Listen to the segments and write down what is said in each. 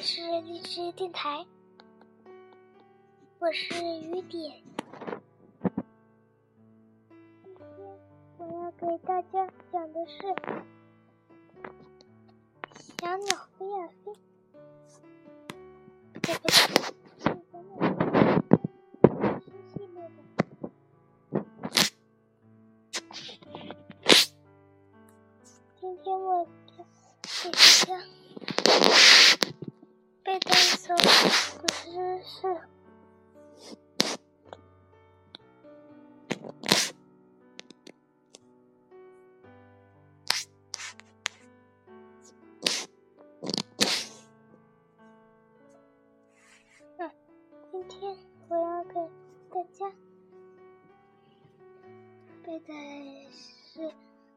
是励志电台，我是雨点。今天我要给大家讲的是小鸟飞呀飞。这个是小鸟新系列的。今天我给大家背的一首古诗是今天我要给大家背的是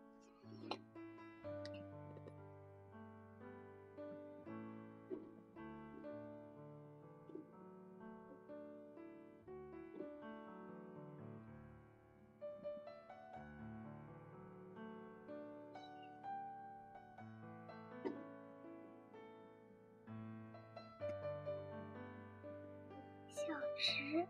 小池。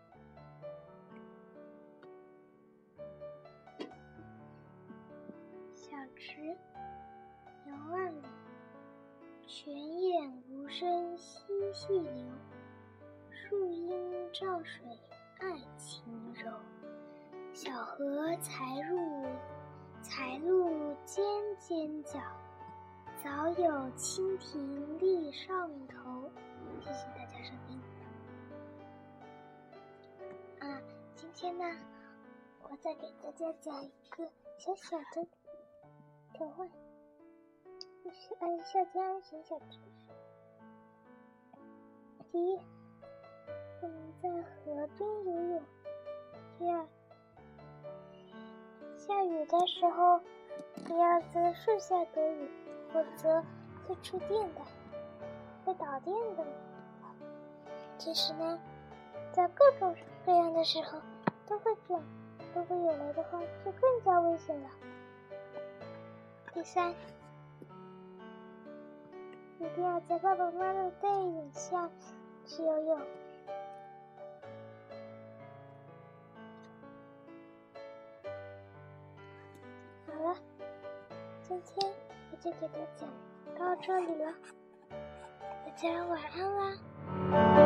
小池遥万里，泉眼无声惜细流。树阴照水爱晴柔，小荷才露尖尖角，早有蜻蜓立上头。谢谢大家收听。今天呢，我再给大家讲一个小小的童话，就是校间安全小知识。第一，不能在河边游泳。第二，下雨的时候不要在树下躲雨，否则会触电的，会导电的。其实呢，在各种各样的时候都会这样，如果有雷的话就更加危险了。第三，一定要在爸爸妈妈的背影下去游泳。好了，今天我就给大家讲到这里了，大家晚安啦。